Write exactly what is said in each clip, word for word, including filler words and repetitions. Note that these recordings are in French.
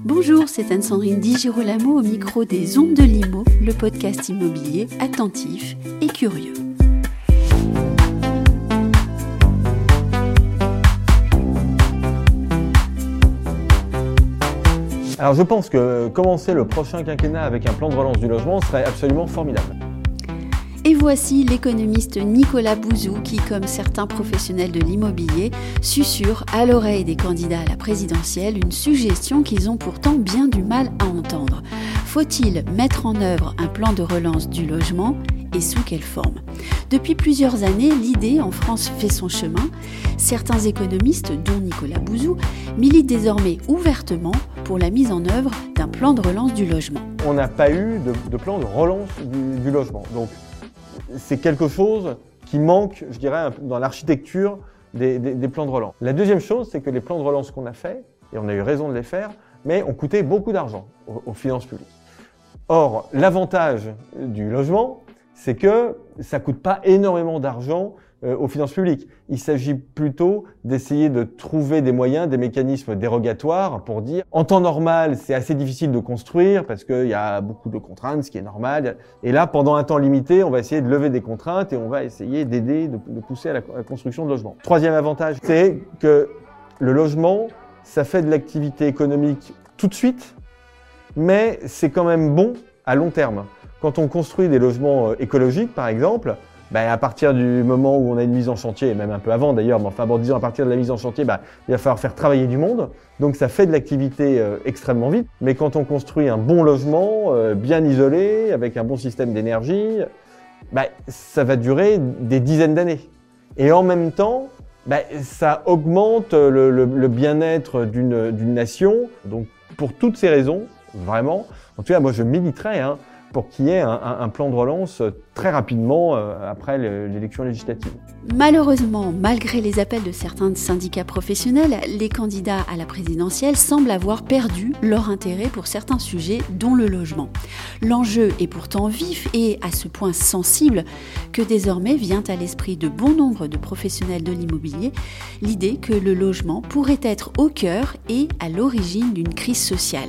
Bonjour, c'est Anne-Sandrine Di Girolamo au micro des Ondes de l'Immo, le podcast immobilier attentif et curieux. Alors je pense que commencer le prochain quinquennat avec un plan de relance du logement serait absolument formidable. Et voici l'économiste Nicolas Bouzou qui, comme certains professionnels de l'immobilier, susurre à l'oreille des candidats à la présidentielle une suggestion qu'ils ont pourtant bien du mal à entendre. Faut-il mettre en œuvre un plan de relance du logement et sous quelle forme ? Depuis plusieurs années, l'idée en France fait son chemin. Certains économistes, dont Nicolas Bouzou, militent désormais ouvertement pour la mise en œuvre d'un plan de relance du logement. On n'a pas eu de, de plan de relance du, du logement. Donc c'est quelque chose qui manque, je dirais, dans l'architecture des, des, des plans de relance. La deuxième chose, c'est que les plans de relance qu'on a faits, et on a eu raison de les faire, mais ont coûté beaucoup d'argent aux, aux finances publiques. Or, l'avantage du logement, c'est que ça ne coûte pas énormément d'argent euh, aux finances publiques. Il s'agit plutôt d'essayer de trouver des moyens, des mécanismes dérogatoires pour dire en temps normal, c'est assez difficile de construire parce qu'il y a beaucoup de contraintes, ce qui est normal. Et là, pendant un temps limité, on va essayer de lever des contraintes et on va essayer d'aider, de, de pousser à la, à la construction de logements. Troisième avantage, c'est que le logement, ça fait de l'activité économique tout de suite, mais c'est quand même bon à long terme. Quand on construit des logements écologiques, par exemple, ben à partir du moment où on a une mise en chantier, et même un peu avant d'ailleurs, mais enfin bon, disons à partir de la mise en chantier, ben, il va falloir faire travailler du monde. Donc ça fait de l'activité euh, extrêmement vite. Mais quand on construit un bon logement, euh, bien isolé, avec un bon système d'énergie, ben, ça va durer des dizaines d'années. Et en même temps, ben, ça augmente le, le, le bien-être d'une, d'une nation. Donc pour toutes ces raisons, vraiment, en tout cas moi je militerais, hein, pour qu'il y ait un, un, un plan de relance très rapidement euh, après l'élection législative. Malheureusement, malgré les appels de certains syndicats professionnels, les candidats à la présidentielle semblent avoir perdu leur intérêt pour certains sujets, dont le logement. L'enjeu est pourtant vif et à ce point sensible que désormais vient à l'esprit de bon nombre de professionnels de l'immobilier l'idée que le logement pourrait être au cœur et à l'origine d'une crise sociale.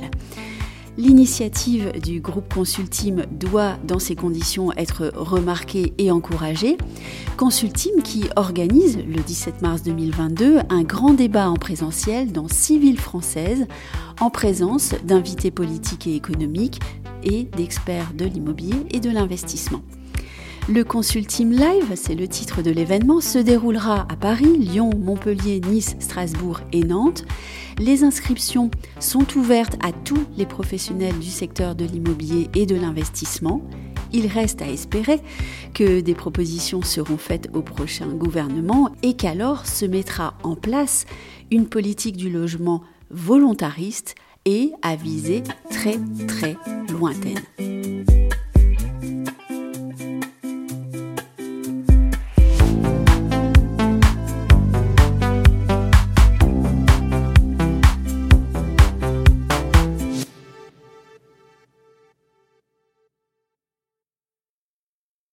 L'initiative du groupe Consultim doit, dans ces conditions, être remarquée et encouragée. Consultim qui organise, le dix-sept mars deux mille vingt-deux, un grand débat en présentiel dans six villes françaises, en présence d'invités politiques et économiques et d'experts de l'immobilier et de l'investissement. Le Consultim Live, c'est le titre de l'événement, se déroulera à Paris, Lyon, Montpellier, Nice, Strasbourg et Nantes. Les inscriptions sont ouvertes à tous les professionnels du secteur de l'immobilier et de l'investissement. Il reste à espérer que des propositions seront faites au prochain gouvernement et qu'alors se mettra en place une politique du logement volontariste et à visée très très lointaine.